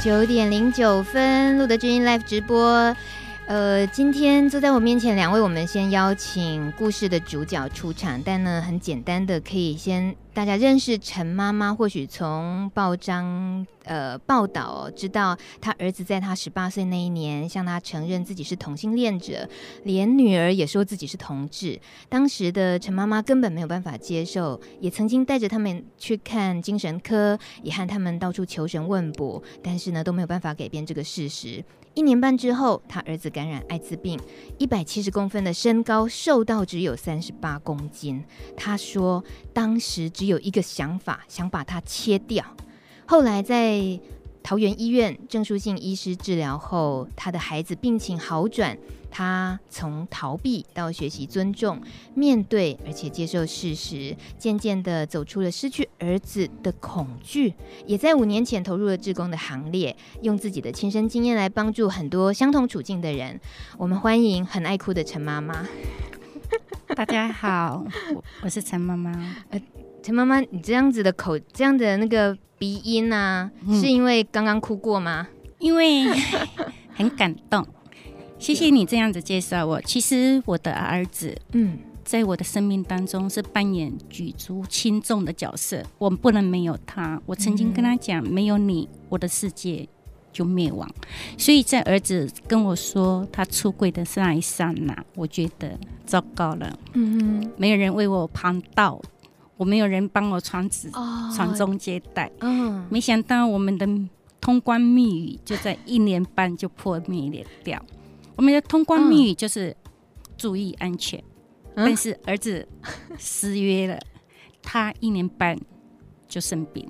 9:09录的知音 Live 直播。今天坐在我面前两位，我们先邀请故事的主角出场，但呢，很简单的可以先大家认识陈妈妈，或许从报章报道知道她儿子在她18岁那一年向她承认自己是同性恋者，连女儿也说自己是同志。当时的陈妈妈根本没有办法接受，也曾经带着他们去看精神科，也和他们到处求神问卜，但是呢都没有办法改变这个事实。1年半之后，他儿子感染艾滋病，170公分的身高，瘦到只有38公斤。他说，当时只有一个想法，想把它切掉。后来在桃园医院郑淑信医师治疗后，他的孩子病情好转。他从逃避到学习尊重、面对而且接受事实，渐渐地走出了失去儿子的恐惧，也在5年前投入了志工的行列，用自己的亲身经验来帮助很多相同处境的人。我们欢迎很爱哭的陈妈妈。 大家好，我是陈妈妈。 陈妈妈，你这样子的这样的那个鼻音啊，是因为刚刚哭过吗？ 因为很感动。谢谢你这样子介绍我。其实我的儿子，在我的生命当中是扮演举足轻重的角色，我不能没有他。我曾经跟他讲，没有你，我的世界就灭亡。所以在儿子跟我说他出柜的那一刹那，我觉得糟糕了。没有人为我旁道，我没有人帮我传宗接代。没想到我们的通关密语就在1年半就破灭掉。我们的通关密语就是注意安全，但是儿子失约了，他1年半就生病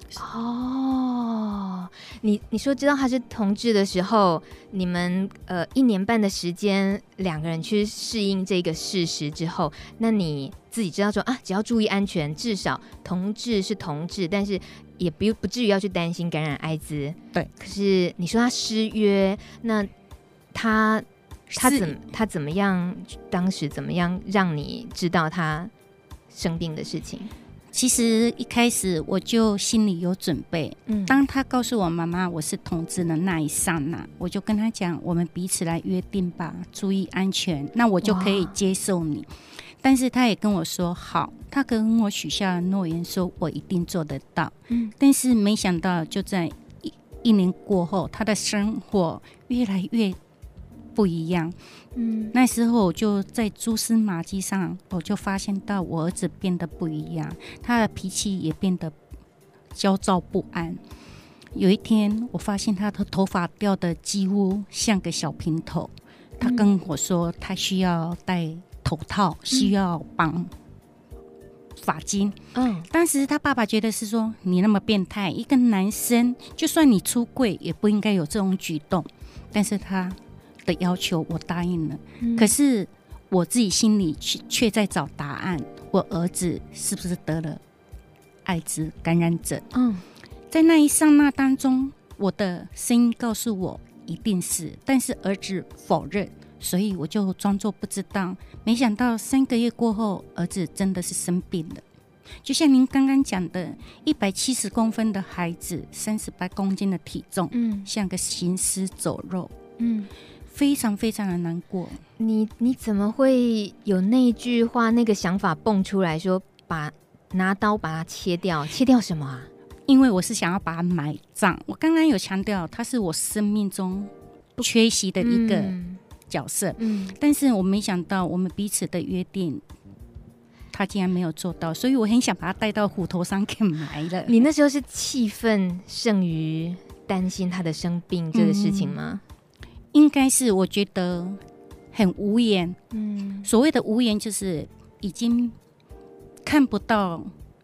了。 你说知道他是同志的时候，你们1年半的时间，2个人去适应这个事实之后，那你自己知道说啊，只要注意安全，至少同志是同志，但是也不至于要去担心感染艾滋。 对。 可是你说他失约，那他怎么样？当时怎么样让你知道他生病的事情？ 其实一开始我就心里有准备。当他告诉我妈妈我是同志的那一刹那，我就跟他讲，我们彼此来约定吧，注意安全，那我就可以接受你。但是他也跟我说好，他跟我许下了诺言，说我一定做得到。但是没想到就在1年过后，他的生活越来越不一样。那时候我就在蛛丝马迹上，我就发现到我儿子变得不一样，他的脾气也变得焦躁不安。有一天我发现他的头发掉的几乎像个小平头，他跟我说他需要戴头套，需要绑发巾。当时他爸爸觉得是说，你那么变态，一个男生就算你出柜也不应该有这种举动。但是他的要求我答应了。可是我自己心里却在找答案，我儿子是不是得了艾滋感染者？在那一刹那当中，我的声音告诉我一定是，但是儿子否认，所以我就装作不知道。没想到3个月过后，儿子真的是生病了。就像您刚刚讲的，170公分的孩子，38公斤的体重，像个行尸走肉。非常非常的难过。 你怎么会有那句话那个想法蹦出来说拿刀把它切掉？切掉什么啊？ 因为我是想要把它埋葬。我刚刚有强调他是我生命中缺席的一个角色，但是我没想到我们彼此的约定他竟然没有做到，所以我很想把他带到虎头山给埋了。 你那时候是气愤胜于担心他的生病这个事情吗？ 应该是，我觉得很无言。所谓的无言就是已经看不到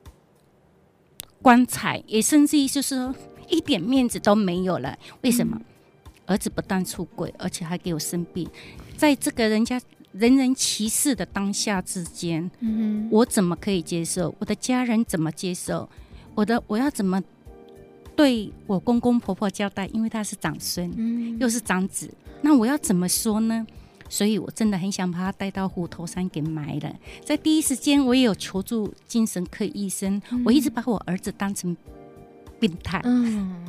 光彩，也甚至于就是说一点面子都没有了。为什么？儿子不但出轨，而且还给我生病。在这个人家人人歧视的当下之间，我怎么可以接受？我的家人怎么接受？我要怎么对我公公婆婆交代？因为他是长孙，又是长子，那我要怎么说呢？所以我真的很想把他带到虎头山给埋了。在第一时间，我也有求助精神科医生，我一直把我儿子当成病态。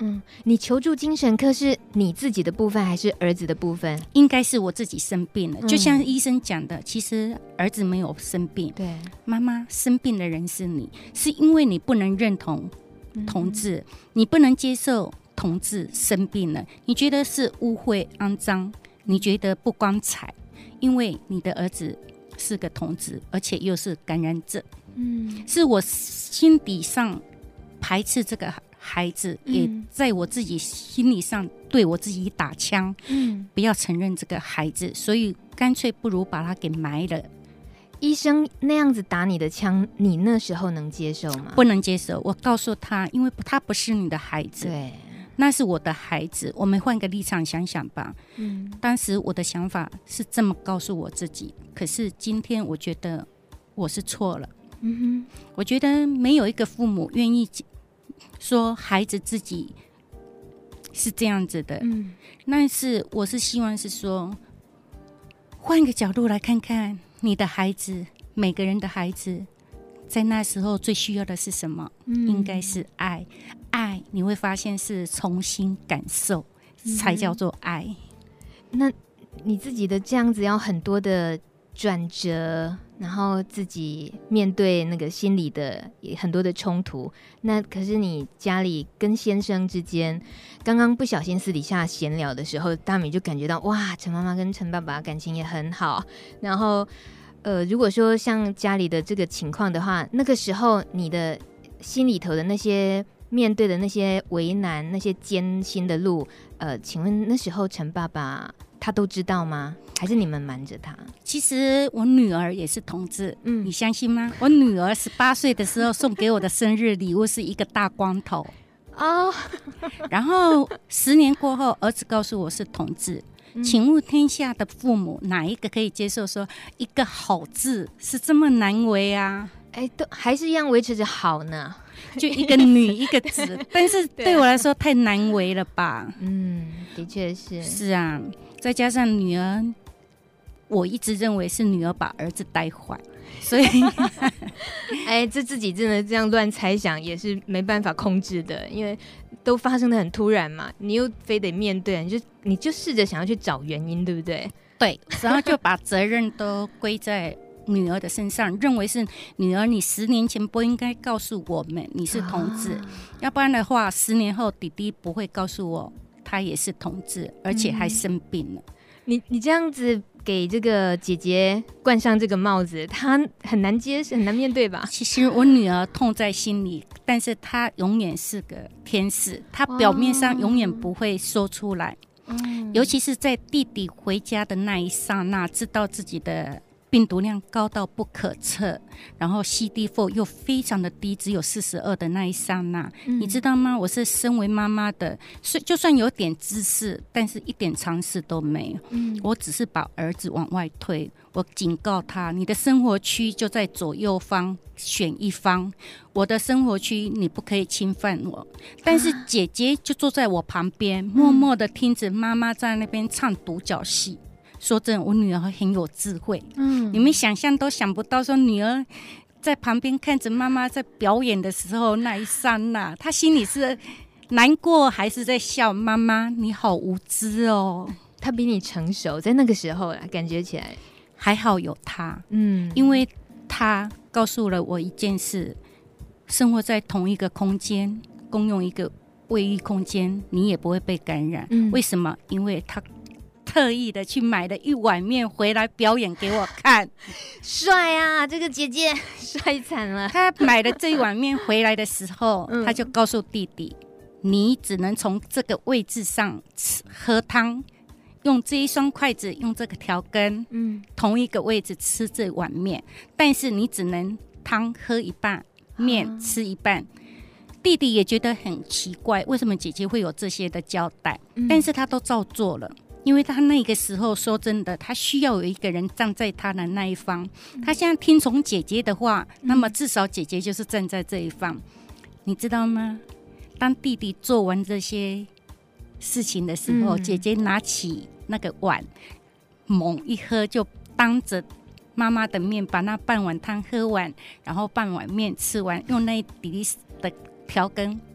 你求助精神科是你自己的部分还是儿子的部分？ 应该是我自己生病了，就像医生讲的，其实儿子没有生病， 对， 妈妈生病的人是你，是因为你不能认同同志，你不能接受同志生病了，你觉得是污秽肮脏，你觉得不光彩，因为你的儿子是个同志，而且又是感染者，是我心底上排斥这个孩子，也在我自己心理上对我自己打枪，不要承认这个孩子，所以干脆不如把他给埋了。 医生那样子打你的枪，你那时候能接受吗？ 不能接受。我告诉他，因为他不是你的孩子， 对， 那是我的孩子。我们换个立场想想吧。当时我的想法是这么告诉我自己，可是今天我觉得我是错了。我觉得没有一个父母愿意说孩子自己是这样子的。但是我是希望是说，换个角度来看看你的孩子，每个人的孩子在那时候最需要的是什么？应该是爱。爱你会发现是重新感受，才叫做爱。 那你自己的这样子要很多的转折，然后自己面对那个心理的很多的冲突。那可是你家里跟先生之间，刚刚不小心私底下闲聊的时候，大米就感觉到哇，陈妈妈跟陈爸爸感情也很好。然后如果说像家里的这个情况的话，那个时候你的心里头的那些面对的那些为难、那些艰辛的路，请问那时候陈爸爸他都知道吗？还是你们瞒着他？ 其实我女儿也是同志，你相信吗？我女儿18岁的时候送给我的生日礼物是一个大光头然后10年过后，儿子告诉我是同志。请问天下的父母哪一个可以接受说一个好字是这么难为啊？ 都还是一样维持着好呢， 就一个女一个子但是对我来说太难为了吧。 的确是。 是啊，再加上女儿，我一直认为是女儿把儿子带坏，所以这自己真的这样乱猜想也是没办法控制的，因为都发生的很突然嘛，你又非得面对，你就试着想要去找原因，对不对？ 对，然后就把责任都归在女儿的身上，认为是女儿，你10年前不应该告诉我们你是同志，要不然的话10年后弟弟不会告诉我他也是同志，而且还生病了。 你这样子给这个姐姐冠上这个帽子，她很难很难面对吧？ 其实我女儿痛在心里，但是她永远是个天使，她表面上永远不会说出来。尤其是在弟弟回家的那一刹那，知道自己的病毒量高到不可测，然后 CD4 又非常的低，只有42的那一刹那，你知道吗？我是身为妈妈的，就算有点知识，但是一点常识都没有。我只是把儿子往外推，我警告他，你的生活区就在左右方，选一方，我的生活区你不可以侵犯我。但是姐姐就坐在我旁边，默默的听着妈妈在那边唱独角戏。说真的，我女儿很有智慧，你们想象都想不到，说女儿在旁边看着妈妈在表演的时候，那一刹那，她心里是难过还是在笑？妈妈，你好无知哦。 她比你成熟，在那个时候感觉起来还好有她，因为她告诉了我一件事：生活在同一个空间，共用一个卫浴空间，你也不会被感染。为什么？因为她特意的去买了一碗面回来表演给我看。 帅啊，这个姐姐帅惨了。 他买了这一碗面回来的时候，他就告诉弟弟，你只能从这个位置上喝汤，用这一双筷子，用这个条根，同一个位置吃这碗面，但是你只能汤喝一半，面吃一半。弟弟也觉得很奇怪，为什么姐姐会有这些的交代，但是他都照做了。因为他那个时候说真的，他需要有一个人站在他的那一方。他现在听从姐姐的话，那么至少姐姐就是站在这一方，你知道吗？当弟弟做完这些事情的时候，姐姐拿起那个碗，猛一喝，就当着妈妈的面把那半碗汤喝完，然后半碗面吃完，用那弟弟的条根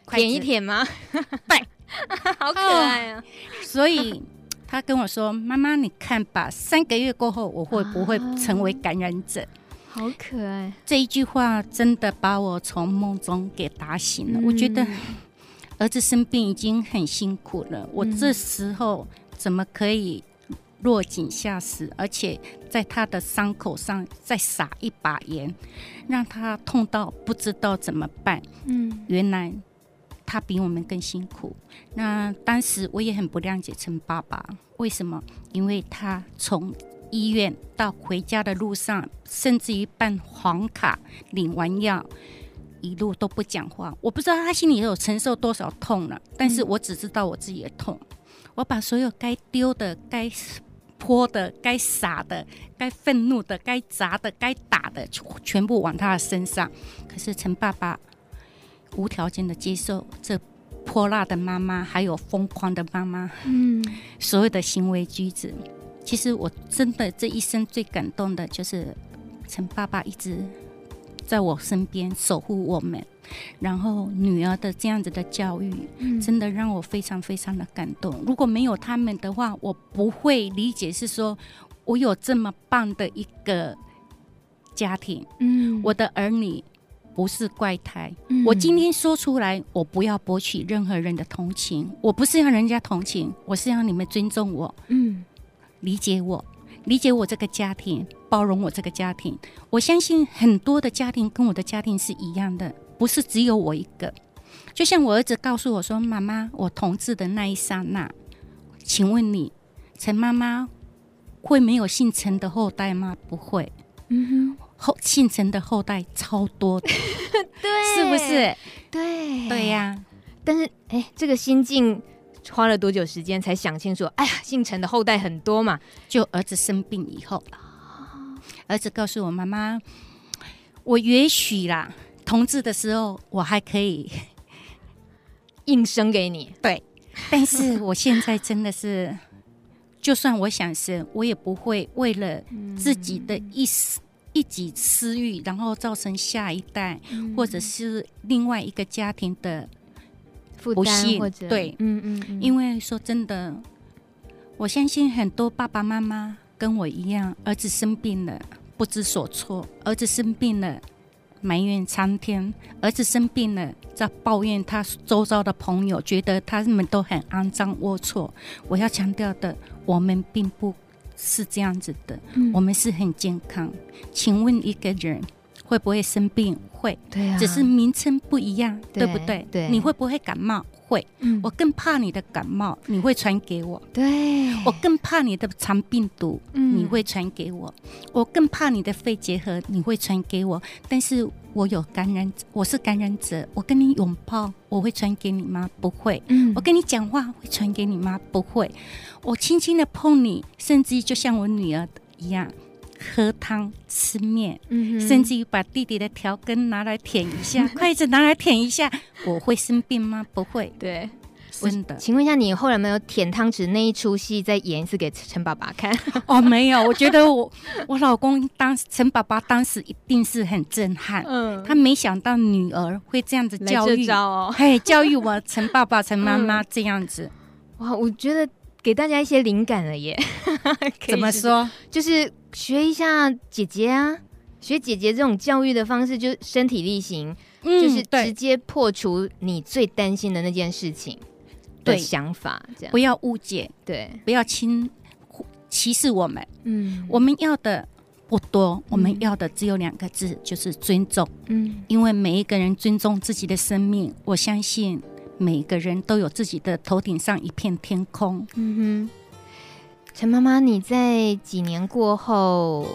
舔一舔吗？ 对， 好可爱啊！ 所以他跟我说：“妈妈，你看吧，3个月过后，我会不会成为感染者？” 好可爱！ 这一句话真的把我从梦中给打醒了。我觉得儿子生病已经很辛苦了，我这时候怎么可以落井下石，而且在他的伤口上再撒一把盐，让他痛到不知道怎么办。原来他比我们更辛苦。那当时我也很不谅解陈爸爸，为什么？因为他从医院到回家的路上，甚至于办黄卡领完药一路都不讲话。我不知道他心里有承受多少痛了，但是我只知道我自己的痛。我把所有该丢的、该泼的、该撒的、该愤怒的、该砸的、该打的，全部往他的身上。可是陈爸爸无条件的接受这泼辣的妈妈，还有疯狂的妈妈，所有的行为举止。其实我真的这一生最感动的就是陈爸爸一直在我身边守护我们，然后女儿的这样子的教育，真的让我非常非常的感动。如果没有他们的话，我不会理解是说我有这么棒的一个家庭，我的儿女不是怪胎，我今天说出来，我不要博取任何人的同情，我不是要人家同情，我是要你们尊重我，理解我，理解我这个家庭，包容我这个家庭。我相信很多的家庭跟我的家庭是一样的，不是只有我一个。就像我儿子告诉我说：“妈妈，我同志的那一刹那，请问你，陈妈妈会没有姓陈的后代吗？不会。姓陈的后代超多的， 对， 是不是？ 对呀。 但是，这个心境花了多久时间才想清楚？哎呀，姓陈的后代很多嘛。 就儿子生病以后，儿子告诉我妈妈，我也许啦，同志的时候我还可以硬生给你， 对。但是我现在真的是，就算我想生，我也不会为了自己的一己私欲，然后造成下一代，或者是另外一个家庭的不幸，或者对，因为说真的，我相信很多爸爸妈妈跟我一样，儿子生病了不知所措，儿子生病了埋怨苍天，儿子生病了在抱怨他周遭的朋友，觉得他们都很肮脏龌龊。我要强调的，我们并不是这样子的，我们是很健康。请问一个人会不会生病？会， 对啊， 只是名称不一样，对不对？ 对， 你会不会感冒？会，我更怕你的感冒，你会传给我。 对， 我更怕你的肠病毒，你会传给我。我更怕你的肺结核，你会传给我。但是我有感染，我是感染者，我跟你拥抱，我会传给你吗？不会。我跟你讲话会传给你吗？不会。我轻轻的碰你，甚至就像我女儿一样。喝汤吃面，甚至于把弟弟的条根拿来舔一下，筷子拿来舔一下，我会生病吗？不会。 对， 真的。 请问一下，你后来没有舔汤匙那一出戏再演一次给陈爸爸看？ 哦，没有。我觉得我老公陈爸爸当时一定是很震撼，他没想到女儿会这样子教育，教育我陈爸爸、陈妈妈这样子。 哇，我觉得给大家一些灵感了耶。 怎么说？ 就是学一下姐姐啊，学姐姐这种教育的方式，就是身体力行，就是直接破除你最担心的那件事情的想法，这样不要误解， 对， 不要歧视我们。我们要的不多，我们要的只有2个字，就是尊重。因为每一个人尊重自己的生命，我相信每个人都有自己的头顶上一片天空。 陈妈妈，你在几年过后，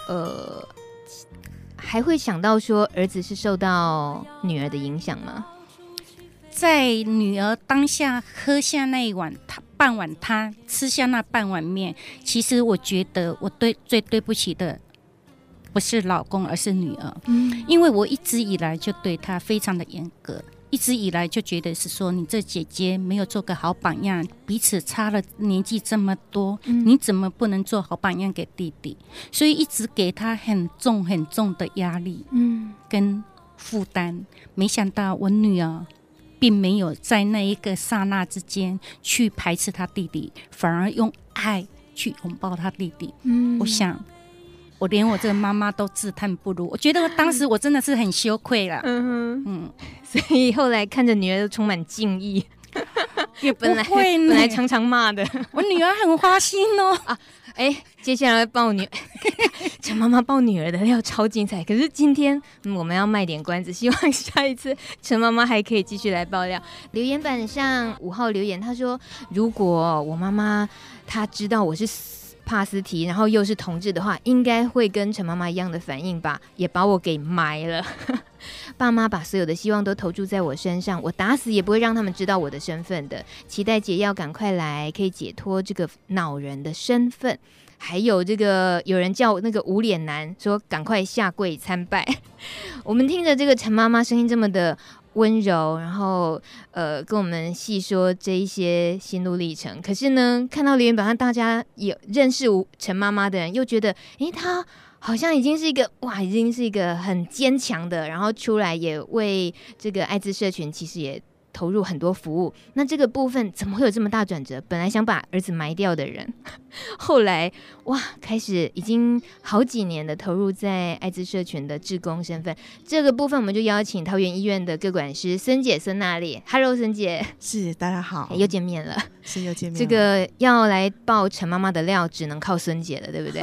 还会想到说儿子是受到女儿的影响吗？ 在女儿当下喝下那一碗半碗汤，吃下那半碗面，其实我觉得我最对不起的不是老公，而是女儿。因为我一直以来就对她非常的严格，一直以来就觉得是说你这姐姐没有做个好榜样，彼此差了年纪这么多，你怎么不能做好榜样给弟弟？所以一直给她很重很重的压力跟负担。没想到我女儿并没有在那一个刹那之间去排斥他弟弟，反而用爱去拥抱他弟弟。我想我连我这个妈妈都自叹不如，我觉得当时我真的是很羞愧了。 所以后来看着女儿都充满敬意。 也不会呢， 本来常常骂的， 我女儿很花心哦。 接下来抱女儿，陈妈妈抱女儿的料超精彩。可是今天，我们要卖点关子，希望下一次陈妈妈还可以继续来爆料。留言板上5号留言，他说：“如果我妈妈她知道我是帕斯提，然后又是同志的话，应该会跟陈妈妈一样的反应吧，也把我给埋了。”爸妈把所有的希望都投注在我身上，我打死也不会让他们知道我的身份的。期待姐要赶快来，可以解脱这个恼人的身份。还有这个有人叫那个无脸男说赶快下跪参拜。我们听着这个陈妈妈声音这么的温柔，然后跟我们细说这一些心路历程。可是呢，看到留言板上大家也认识陈妈妈的人，又觉得她好像已经是一个很坚强的，然后出来也为这个艾滋社群其实也投入很多服务。那这个部分怎么会有这么大转折？本来想把儿子埋掉的人，后来开始已经好几年的投入在艾滋社群的志工身份。这个部分我们就邀请桃园医院的个管师孙姐孙娜丽。 Hello 孙姐。 是，大家好。 又见面了。 是，又见面了。 这个要来爆陈妈妈的料只能靠孙姐了，对不对？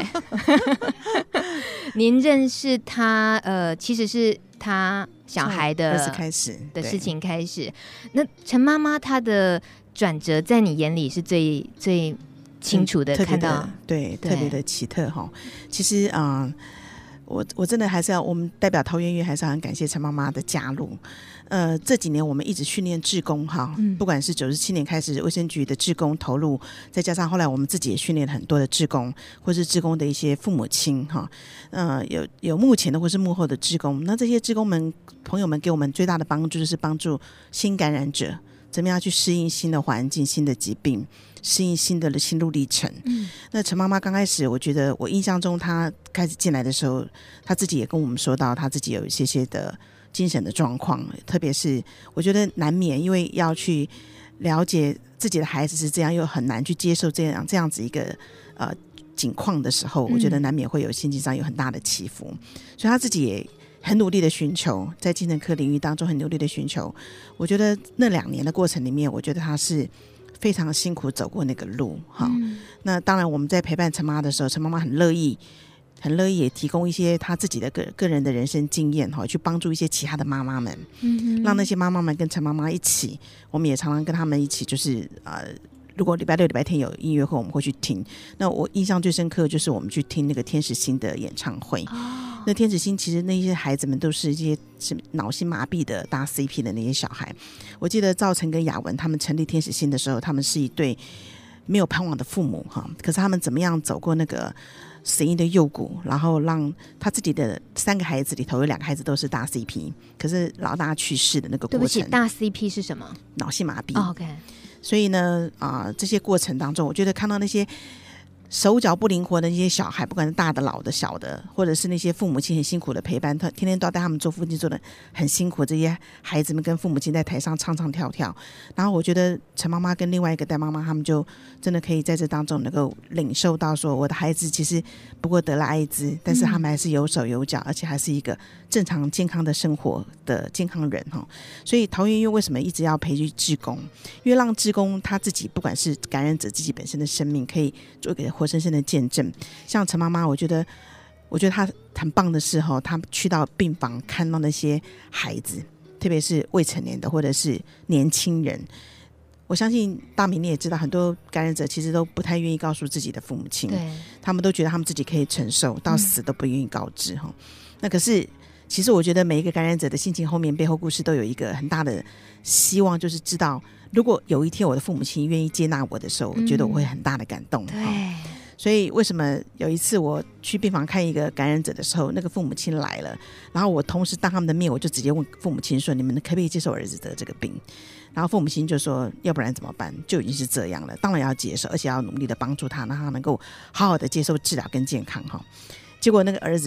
您认识她其实是她小孩的事情开始。那陈妈妈她的转折在你眼里是最清楚的看到， 对，特别的奇特哈。其实我真的还是要，我们代表桃园医院还是要很感谢陈妈妈的加入。这几年我们一直训练志工哈，不管是97年开始卫生局的志工投入，再加上后来我们自己也训练很多的志工，或是志工的一些父母亲哈，有幕前的或是幕后的志工。那这些志工们朋友们给我们最大的帮助就是帮助新感染者怎么样去适应新的环境、新的疾病，适应新的心路历程。那陈妈妈刚开始，我觉得我印象中她开始进来的时候，她自己也跟我们说到，她自己有一些的精神的状况，特别是我觉得难免，因为要去了解自己的孩子是这样，又很难去接受这样子一个境况的时候，我觉得难免会有心情上有很大的起伏，所以她自己也很努力的寻求，在精神科领域当中很努力的寻求。我觉得那2年的过程里面，我觉得她是非常辛苦走过那个路哈。那当然我们在陪伴陈妈的时候，陈妈妈很乐意也提供一些她自己的个人的人生经验哈，去帮助一些其他的妈妈们，让那些妈妈们跟陈妈妈一起，我们也常常跟他们一起，就是如果礼拜六礼拜天有音乐会，我们会去听。那我印象最深刻的就是我们去听那个天使星的演唱会。那天使星其实那些孩子们都是一些脑性麻痹的搭 CP 的那些小孩。我记得赵晨跟雅文他们成立天使星的时候，他们是一对没有盼望的父母哈，可是他们怎么样走过那个死因的幽谷，然后让他自己的3个孩子里头有2个孩子都是大 CP， 可是老大去世的那个过程。对不起， 大 CP 是什么？ 脑性麻痹。 OK。 所以呢，这些过程当中，我觉得看到那些手脚不灵活的那些小孩，不管是大的、老的、小的，或者是那些父母亲很辛苦的陪伴，他天天都要带他们做父亲做的很辛苦，这些孩子们跟父母亲在台上唱唱跳跳。然后我觉得陈妈妈跟另外一个代妈妈，他们就真的可以在这当中能够领受到说，我的孩子其实不过得了艾滋，但是他们还是有手有脚，而且还是一个正常健康的生活的健康人哈。所以桃园医院为什么一直要培育志工？因为让志工他自己不管是感染者自己本身的生命，可以做一个活生生的见证。像陈妈妈，我觉得她很棒的是她去到病房看到那些孩子，特别是未成年的或者是年轻人。我相信大明你也知道，很多感染者其实都不太愿意告诉自己的父母亲，他们都觉得他们自己可以承受，到死都不愿意告知那可是其实我觉得每一个感染者的心情后面背后故事都有一个很大的希望，就是知道如果有一天我的父母亲愿意接纳我的时候，我觉得我会很大的感动。 对， 所以为什么有一次我去病房看一个感染者的时候，那个父母亲来了，然后我同时当他们的面，我就直接问父母亲说，你们可不可以接受儿子得这个病？然后父母亲就说，要不然怎么办？就已经是这样了，当然要接受，而且要努力的帮助他，让他能够好好的接受治疗跟健康结果那个儿子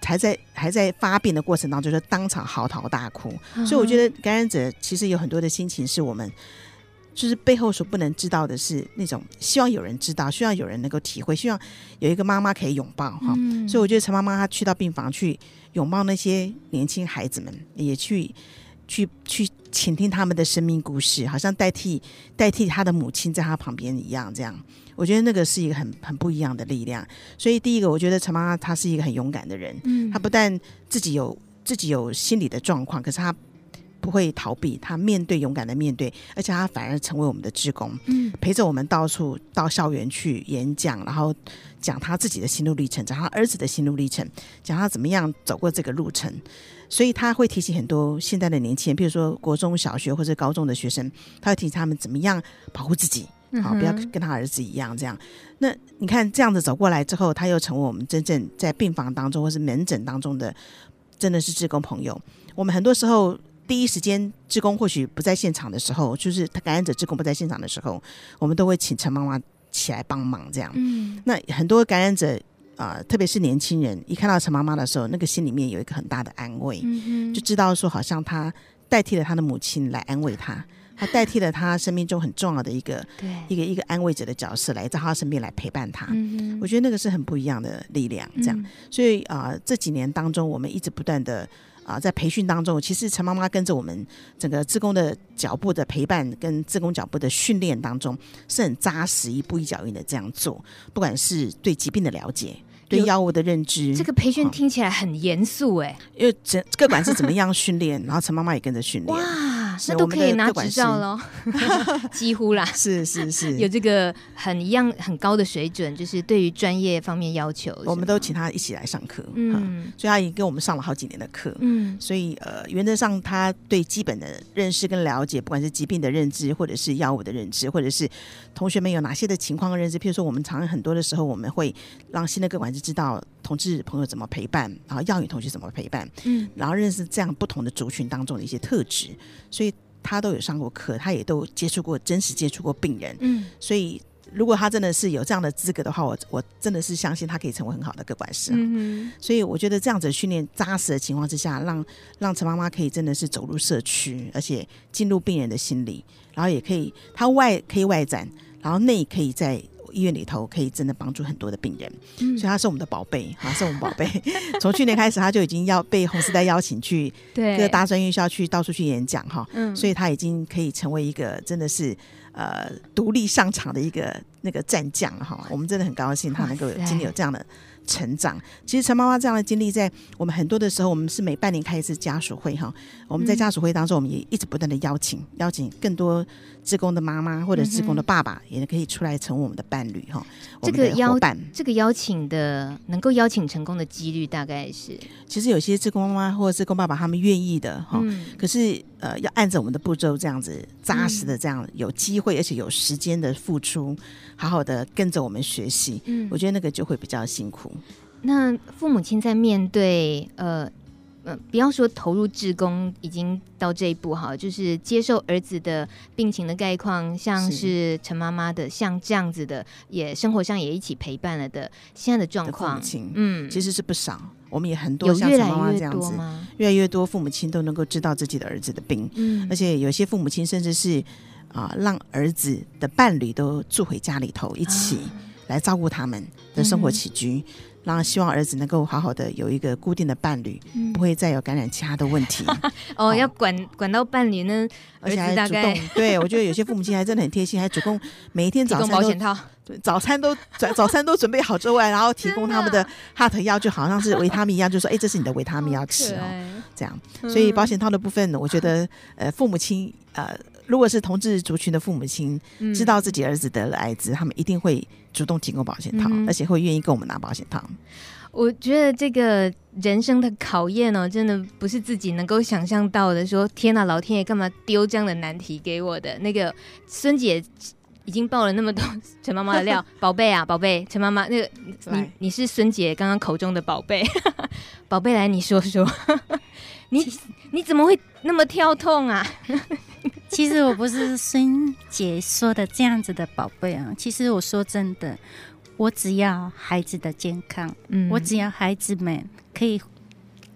还在发病的过程当中就当场嚎啕大哭，所以我觉得感染者其实有很多的心情是我们就是背后所不能知道的，是那种希望有人知道，希望有人能够体会，希望有一个妈妈可以拥抱哈。所以我觉得陈妈妈她去到病房去拥抱那些年轻孩子们，也去倾听他们的生命故事，好像代替他的母亲在他旁边一样，这样我觉得那个是一个很不一样的力量。所以第一个我觉得陈妈妈她是一个很勇敢的人，她不但自己有心理的状况，可是她不会逃避，他勇敢的面对，而且他反而成为我们的志工，陪着我们到处到校园去演讲，然后讲他自己的心路历程，讲他儿子的心路历程，讲他怎么样走过这个路程。所以他会提醒很多现在的年轻人，比如说国中小学或者高中的学生，他会提醒他们怎么样保护自己，好，不要跟他儿子一样这样。那你看这样子走过来之后，他又成为我们真正在病房当中或是门诊当中的真的是志工朋友。我们很多时候第一时间志工或许不在现场的时候，就是感染者志工不在现场的时候，我们都会请陈妈妈起来帮忙这样。那很多感染者特别是年轻人一看到陈妈妈的时候，那个心里面有一个很大的安慰，就知道说好像他代替了他的母亲来安慰他，他代替了他生命中很重要的一个安慰者的角色来在他身边来陪伴他。我觉得那个是很不一样的力量这样。所以这几年当中我们一直不断的在培训当中，其实陈妈妈跟着我们整个志工的脚步的陪伴跟志工脚步的训练当中是很扎实，一步一脚印的这样做，不管是对疾病的了解，对药物的认知。 这个培训听起来很严肃因为各管是怎么样训练然后陈妈妈也跟着训练。 哇，那都可以拿执照咯几乎啦， 是有这个一样很高的水准，就是对于专业方面要求， 我们都请他一起来上课。所以他已经跟我们上了好几年的课。所以原则上他对基本的认识跟了解，不管是疾病的认知或者是药物的认知，或者是同学们有哪些的情况的认知，譬如说我们常常很多的时候我们会让新的个管知道同志朋友怎么陪伴，然后药女同学怎么陪伴，然后认识这样不同的族群当中的一些特质。所以他都有上过课，他也都真实接触过病人。所以如果他真的是有这样的资格的话，我真的是相信他可以成为很好的个管师。所以我觉得这样子的训练扎实的情况之下，让陈妈妈可以真的是走入社区，而且进入病人的心里，然后也可以他可以外展，然后内可以在医院里头可以真的帮助很多的病人。所以他是我们的宝贝，是我们宝贝。从去年开始他就已经要被红丝带邀请去各大专院校去到处去演讲所以他已经可以成为一个真的是独立上场的一个那个战将我们真的很高兴他能够经历有这样的成长。其实陈妈妈这样的经历，在我们很多的时候，我们是每半年开一次家属会我们在家属会当中，我们也一直不断的邀请更多志工的妈妈或者志工的爸爸，也可以出来成为我们的伴侣我们的伙伴。 这个邀请的能够邀请成功的几率大概是， 其实有些志工妈妈或者志工爸爸他们愿意的可是要按着我们的步骤这样子扎实的这样有机会而且有时间的付出，好好的跟着我们学习。我觉得那个就会比较辛苦。 那父母亲在面对不要说投入志工已经到这一步就是接受儿子的病情的概况，像是陈妈妈的像这样子的，也生活上也一起陪伴了的现在的状况， 其实是不少。我们也很多像陈妈妈这样子，越来越多父母亲都能够知道自己的儿子的病，而且有些父母亲甚至是让儿子的伴侣都住回家里头，一起来照顾他们的生活起居，然后希望儿子能够好好的有一个固定的伴侣，不会再有感染其他的问题。 要管到伴侣呢， 而且还主动。对，我觉得有些父母亲还真的很贴心，还主动每一天早餐都准备好之外，然后提供他们的 HEART 药，就好像是维他命一样，就说这是你的维他命要吃这样。所以保险套的部分，我觉得父母亲如果是同志族群的父母亲，知道自己儿子得了艾滋，他们一定会主动提供保险套，而且会愿意跟我们拿保险套。 我觉得这个人生的考验真的不是自己能够想象到的，说天哪，老天爷干嘛丢这样的难题给我的。那个孙姐已经爆了那么多陈妈妈的料宝贝啊，宝贝，陈妈妈那个你是孙姐刚刚口中的宝贝宝贝，来你说说你怎么会那么跳痛啊其实我不是孙姐说的这样子的宝贝其实我说真的，我只要孩子的健康，我只要孩子们可以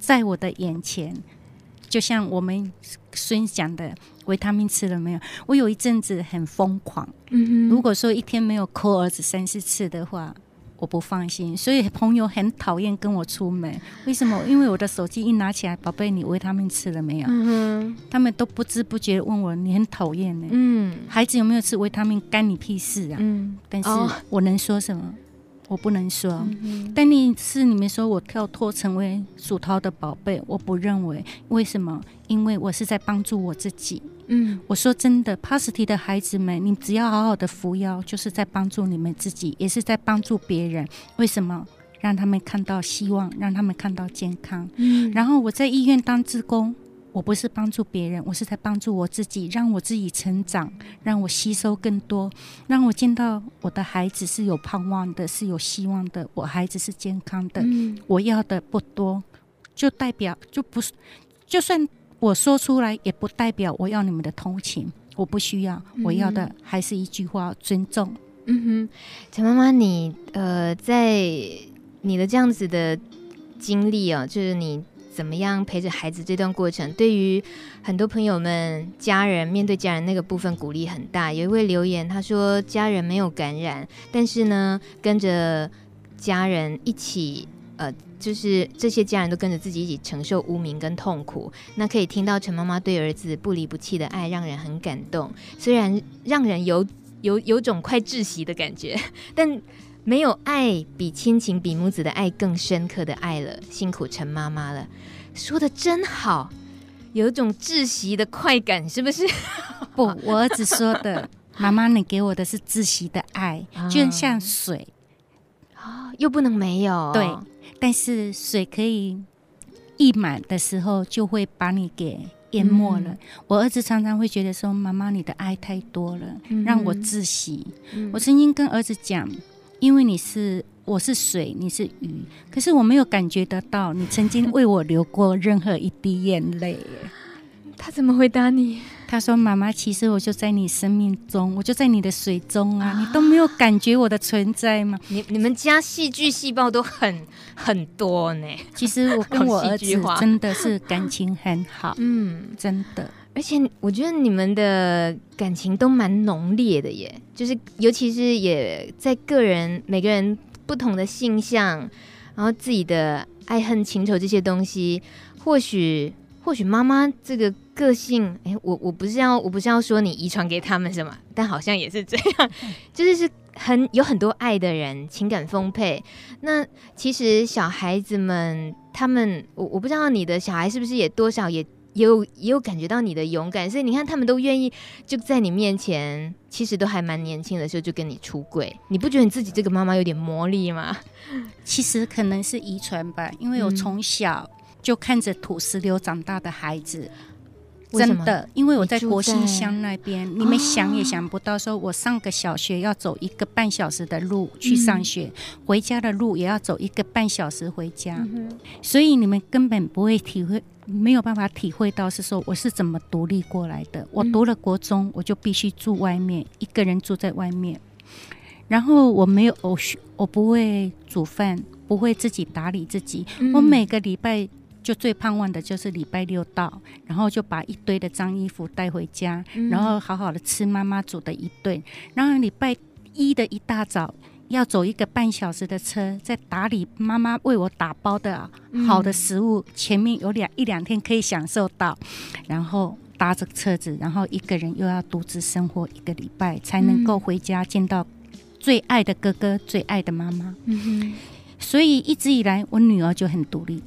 在我的眼前，就像我们孙讲的，维他命吃了没有？我有一阵子很疯狂，如果说一天没有 call 儿子3-4次的话，我不放心，所以朋友很讨厌跟我出门。为什么？因为我的手机一拿起来，宝贝，你维他命吃了没有？他们都不知不觉问我，你很讨厌呢。孩子有没有吃维他命，干你屁事啊！但是我能说什么？我不能说。但是你们说我跳脱成为属涛的宝贝，我不认为。为什么？因为我是在帮助我自己。我说真的 ，Positive 的孩子们，你只要好好的服药，就是在帮助你们自己，也是在帮助别人。为什么？让他们看到希望，让他们看到健康。然后我在医院当志工，我不是帮助别人，我是在帮助我自己，让我自己成长，让我吸收更多，让我见到我的孩子是有盼望的，是有希望的，我孩子是健康的。我要的不多，就代表就不是，就算我说出来也不代表我要你们的同情，我不需要，我要的还是一句话，尊重。 陈妈妈，你在你的这样子的经历啊，就是你怎么样陪着孩子这段过程，对于很多朋友们家人面对家人那个部分鼓励很大。有一位留言他说家人没有感染，但是呢跟着家人一起就是这些家人都跟着自己一起承受污名跟痛苦，那可以听到陈妈妈对儿子不离不弃的爱，让人很感动。虽然让人有种快窒息的感觉，但没有爱比亲情比母子的爱更深刻的爱了。辛苦陈妈妈了，说的真好，有一种窒息的快感，是不是？ 不，我儿子说的，妈妈你给我的是窒息的爱，就像水又不能没有。 对，但是水可以溢满的时候就会把你给淹没了。我儿子常常会觉得说，妈妈你的爱太多了，让我窒息。我曾经跟儿子讲，因为我是水，你是鱼，可是我没有感觉得到你曾经为我流过任何一滴眼泪。 他怎么回答你？ 他说妈妈，其实我就在你生命中，我就在你的水中啊，你都没有感觉我的存在吗？ 你们家戏剧细胞都很多呢。 其实我跟我儿子真的是感情很好。真的。 而且我觉得你们的感情都蛮浓烈的耶，就是尤其是也在每个人不同的性向，然后自己的爱恨情仇这些东西，或许妈妈这个个性，我不是要说你遗传给他们什么，但好像也是这样，就是有很多爱的人，情感丰沛。那其实小孩子们他们，我不知道你的小孩是不是也多少也有感觉到你的勇敢，所以你看他们都愿意就在你面前，其实都还蛮年轻的时候就跟你出柜。你不觉得你自己这个妈妈有点魔力吗？ 其实可能是遗传吧，因为我从小就看着土石流长大的孩子。真的，因为我在国姓乡那边，你们想也想不到，说我上个小学要走1个半小时的路去上学，回家的路也要走1个半小时回家，所以你们根本不会没有办法体会到是说我是怎么独立过来的。我读了国中，我就必须住外面，一个人住在外面，然后我没有我不会煮饭，不会自己打理自己，我每个礼拜就最盼望的就是礼拜6到，然后就把一堆的脏衣服带回家，然后好好的吃妈妈煮的一顿，然后礼拜1的一大早要走1个半小时的车，在打理妈妈为我打包的好的食物，前面有一两天可以享受到，然后搭着车子，然后一个人又要独自生活1个礼拜，才能够回家见到最爱的哥哥，最爱的妈妈。所以一直以来我女儿就很独立。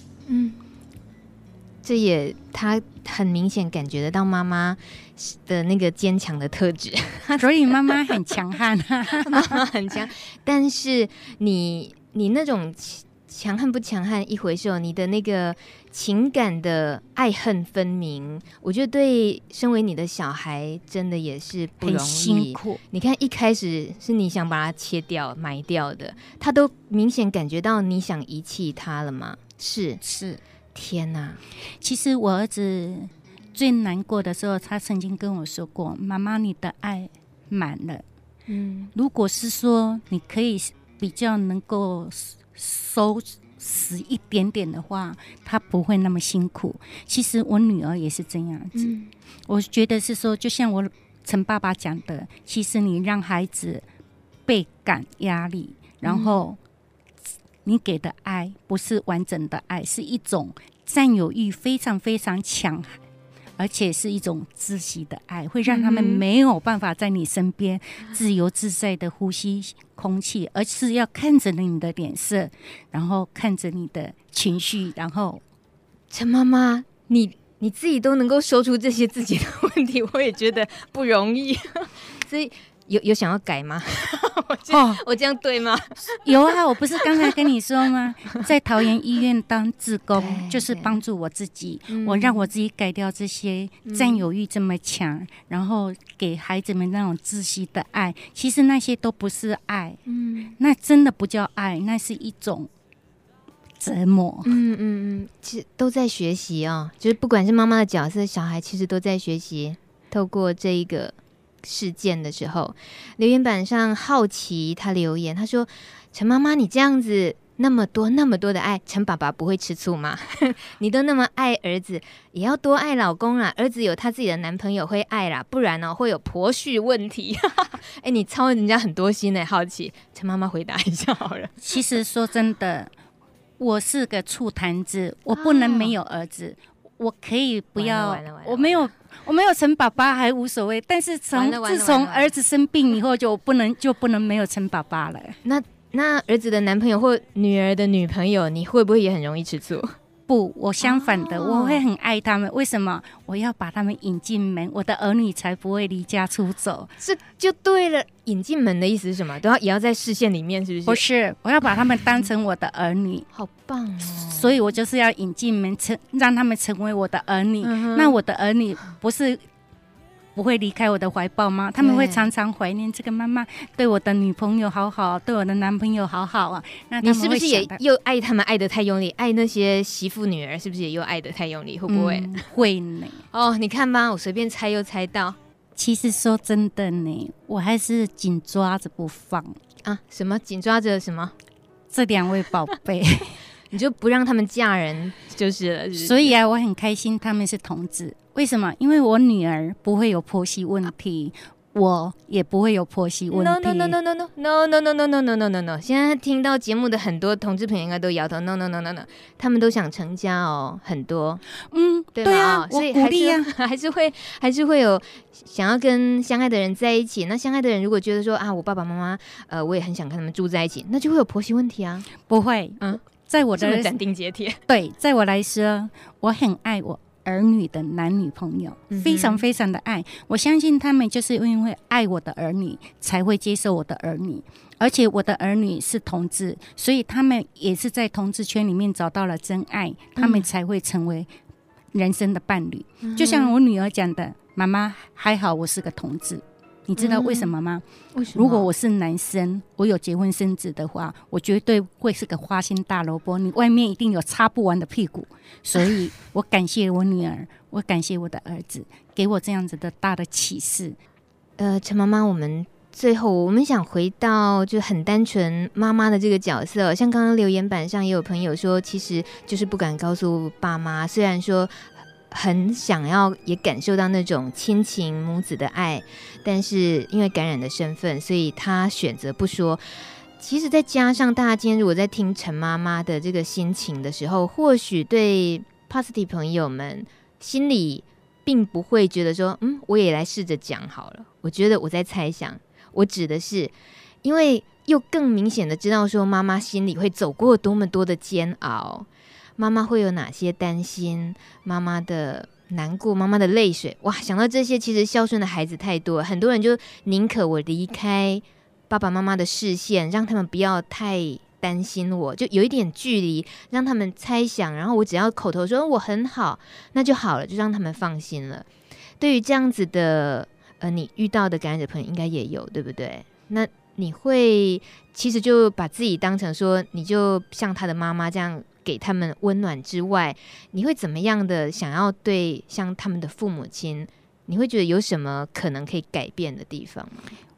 这也他很明显感觉得到妈妈的那个坚强的特质， 所以妈妈很强悍。 妈妈很强，但是你那种强悍不强悍一回事，你的那个情感的爱恨分明，我觉得对身为你的小孩真的也是不容易，很辛苦。你看一开始是你想把它切掉埋掉的，他都明显感觉到你想遗弃他了吗？是，天哪！其实我儿子最难过的时候，他曾经跟我说过：“妈妈，你的爱满了。如果是说你可以比较能够死一点点的话，他不会那么辛苦。其实我女儿也是这样子，我觉得是说，就像我陈爸爸讲的，其实你让孩子倍感压力，然后你给的爱不是完整的爱，是一种占有欲非常非常强，而且是一种窒息的爱，会让他们没有办法在你身边自由自在的呼吸空气，而是要看着你的脸色，然后看着你的情绪。然后陈妈妈，你自己都能够说出这些自己的问题，我也觉得不容易。所以有想要改吗？我这样对吗？ 有啊，我不是刚才跟你说吗？在桃园医院当志工，就是帮助我自己，我让我自己改掉这些占有欲这么强，然后给孩子们那种窒息的爱。其实那些都不是爱，那真的不叫爱，那是一种折磨。 其实都在学习哦，就是不管是妈妈的角色，小孩其实都在学习。透过这一个事件的时候，留言板上好奇他留言，他说：陈妈妈，你这样子那么多的爱，陈爸爸不会吃醋吗？你都那么爱儿子，也要多爱老公啦。儿子有他自己的男朋友会爱啦，不然会有婆媳问题。你操人家很多心耶，好奇陈妈妈回答一下好了。 其实说真的，我是个醋坛子，我不能没有儿子。我可以不要，我没有陈爸爸还无所谓，但是自从儿子生病以后，就不能没有陈爸爸了。 那儿子的男朋友或女儿的女朋友，你会不会也很容易吃醋？ 不，我相反的，我会很爱他们。为什么？我要把他们引进门，我的儿女才不会离家出走。 这就对了。引进门的意思是什么？也要在视线里面，是不是？ 不是，我要把他们当成我的儿女。 好棒哦！ 所以我就是要引进门，让他们成为我的儿女。那我的儿女不会离开我的怀抱吗？他们会常常怀念这个妈妈对我的女朋友好好，对我的男朋友好好啊。那你是不是也又爱他们爱得太用力？爱那些媳妇女儿是不是也又爱得太用力？会不会？ 会呢。 你看吧，我随便猜又猜到。 其实说真的呢，我还是紧抓着不放啊！什么紧抓着什么？ 这两位宝贝， 你就不让他们嫁人就是了。 所以啊，我很开心他们是同志。为什么？因为我女儿不会有婆媳问题，我也不会有婆媳问题。 No！ 现在听到节目的很多同志朋友应该都摇头 No！ 他们都想成家哦，很多。对啊，所以我鼓励啊， 还是会有想要跟相爱的人在一起。那相爱的人如果觉得说我爸爸妈妈我也很想跟他们住在一起，那就会有婆媳问题啊。 不会，在我的这么斩钉截铁。 对，在我来说，我很爱我儿女的男女朋友，非常非常的爱。我相信他们就是因为爱我的儿女，才会接受我的儿女。而且我的儿女是同志，所以他们也是在同志圈里面找到了真爱，他们才会成为人生的伴侣。就像我女儿讲的，妈妈还好我是个同志。你知道为什么吗？ 为什么？ 如果我是男生，我有结婚生子的话，我绝对会是个花心大萝卜，你外面一定有擦不完的屁股。所以我感谢我女儿，我感谢我的儿子，给我这样子的大的启示。 陈妈妈，我们最后我们想回到就很单纯妈妈的这个角色，像刚刚留言板上也有朋友说，其实就是不敢告诉爸妈，虽然说很想要也感受到那种亲情母子的爱，但是因为感染的身份，所以他选择不说。其实再加上大家今天如果在听陈妈妈的这个心情的时候，或许对 Positive 朋友们心里并不会觉得说我也来试着讲好了。我觉得我在猜想，我指的是因为又更明显的知道说妈妈心里会走过多么多的煎熬，妈妈会有哪些担心，妈妈的难过，妈妈的泪水。哇，想到这些，其实孝顺的孩子太多了，很多人就宁可我离开爸爸妈妈的视线，让他们不要太担心我，就有一点距离，让他们猜想，然后我只要口头说我很好，那就好了，就让他们放心了。对于这样子的你遇到的感染者朋友应该也有，对不对？那你会其实就把自己当成说，你就像他的妈妈这样给他们温暖之外，你会怎么样的想要对像他们的父母亲，你会觉得有什么可能可以改变的地方吗？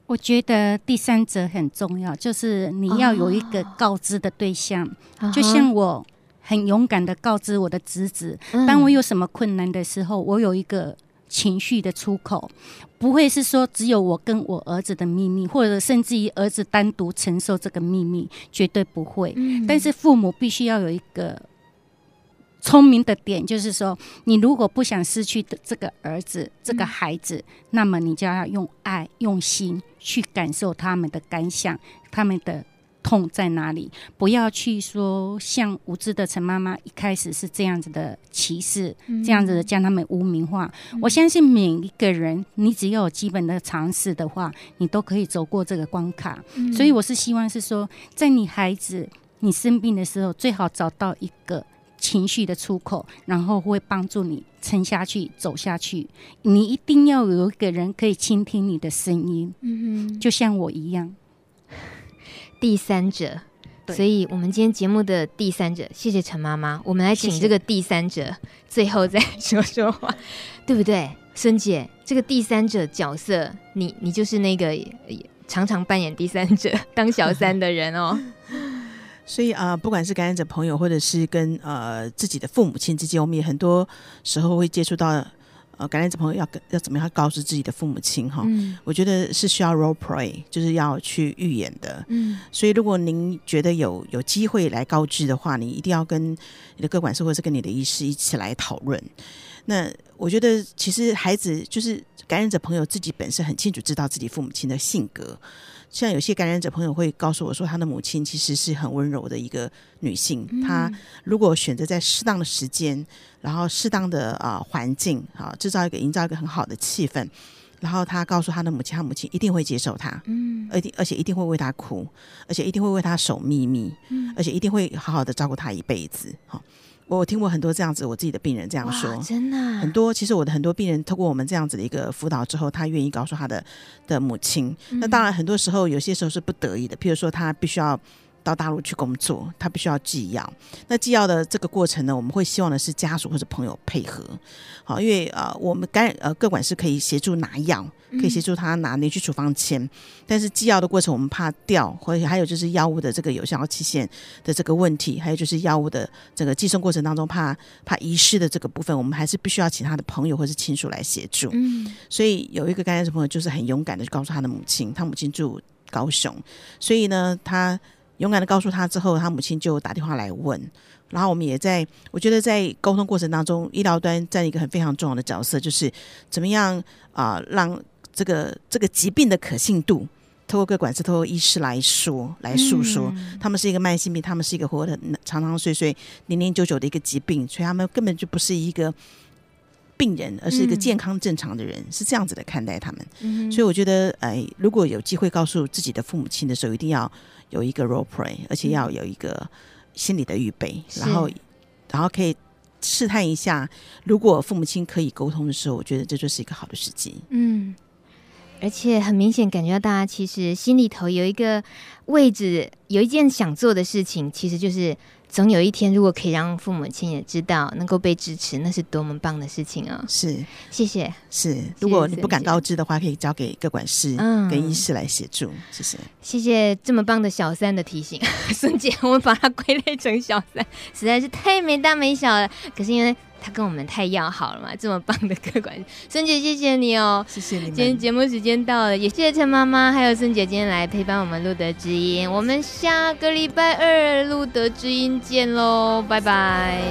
我觉得第三者很重要，就是你要有一个告知的对象，就像我很勇敢的告知我的侄子，当我有什么困难的时候，我有一个情绪的出口，不会是说只有我跟我儿子的秘密，或者甚至于儿子单独承受这个秘密，绝对不会。但是父母必须要有一个聪明的点，就是说你如果不想失去这个儿子这个孩子，那么你就要用爱用心去感受他们的感想，他们的痛在哪里，不要去说像无知的陈妈妈一开始是这样子的歧视，这样子的将他们污名化。我相信每一个人，你只要有基本的常识的话，你都可以走过这个关卡。所以我是希望是说，在你孩子你生病的时候，最好找到一个情绪的出口，然后会帮助你撑下去走下去。你一定要有一个人可以倾听你的声音，就像我一样， 第三者。所以我们今天节目的第三者，谢谢陈妈妈，我们来请这个第三者最后再说说话，对不对？孙姐，这个第三者角色，你就是那个常常扮演第三者当小三的人哦。 所以不管是感染者朋友，或者是跟自己的父母亲之间，我们也很多时候会接触到感染者朋友要怎么样告知自己的父母亲哈。我觉得是需要 role play， 就是要去预演的。所以如果您觉得有机会来告知的话，你一定要跟你的个管师或者是跟你的医师一起来讨论。那我觉得其实孩子就是感染者朋友自己本身很清楚知道自己父母亲的性格。像有些感染者朋友会告诉我说，他的母亲其实是很温柔的一个女性，她如果选择在适当的时间，然后适当的环境营造一个很好的气氛，然后她告诉她的母亲，她母亲一定会接受她，而且一定会为她哭，而且一定会为她守秘密，而且一定会好好的照顾她一辈子。我听过很多这样子我自己的病人这样说， 真的很多。其实我的很多病人透过我们这样子的一个辅导之后，他愿意告诉他的母亲。那当然很多时候有些时候是不得已的，譬如说他必须要到大陆去工作，他必须要寄药。那寄药的这个过程呢，我们会希望的是家属或者朋友配合。好，因为我们个管师可以协助拿药，可以协助他拿去处方签，但是寄药的过程我们怕掉，或者还有就是药物的这个有效期限的这个问题，还有就是药物的这个寄送过程当中怕遗失的这个部分，我们还是必须要请他的朋友或是亲属来协助。所以有一个感染者朋友就是很勇敢的告诉他的母亲，他母亲住高雄，所以呢他勇敢的告诉他之后，他母亲就打电话来问，然后我们也我觉得在沟通过程当中，医疗端占一个非常重要的角色，就是怎么样让这个疾病的可信度透过个管师透过医师来诉说，他们是一个慢性病，他们是一个活得长长岁岁年年久久的一个疾病，所以他们根本就不是一个病人，而是一个健康正常的人，是这样子的看待他们。所以我觉得如果有机会告诉自己的父母亲的时候，一定要有一个 role play， 而且要有一个心理的预备，然后可以试探一下，如果父母亲可以沟通的时候，我觉得这就是一个好的时机。 而且很明显感觉到大家其实心里头有一个位置，有一件想做的事情，其实就是总有一天如果可以让父母亲也知道能够被支持，那是多么棒的事情啊！ 是， 谢谢。 是，如果你不敢告知的话，可以交给个管师跟医师来协助。谢谢， 谢谢这么棒的小三的提醒，孙姐，我们把它归类成小三，实在是太没大没小了。可是因为他跟我们太要好了嘛，这么棒的个管师，孙姐谢谢你哦， 谢谢你们。 今天节目时间到了，也谢谢陈妈妈还有孙姐今天来陪伴我们路德之音，我们下个礼拜二路德之音见喽，拜拜。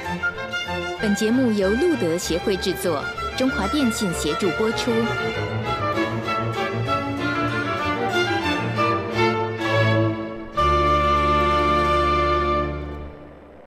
本节目由路德协会制作，中华电信协助播出。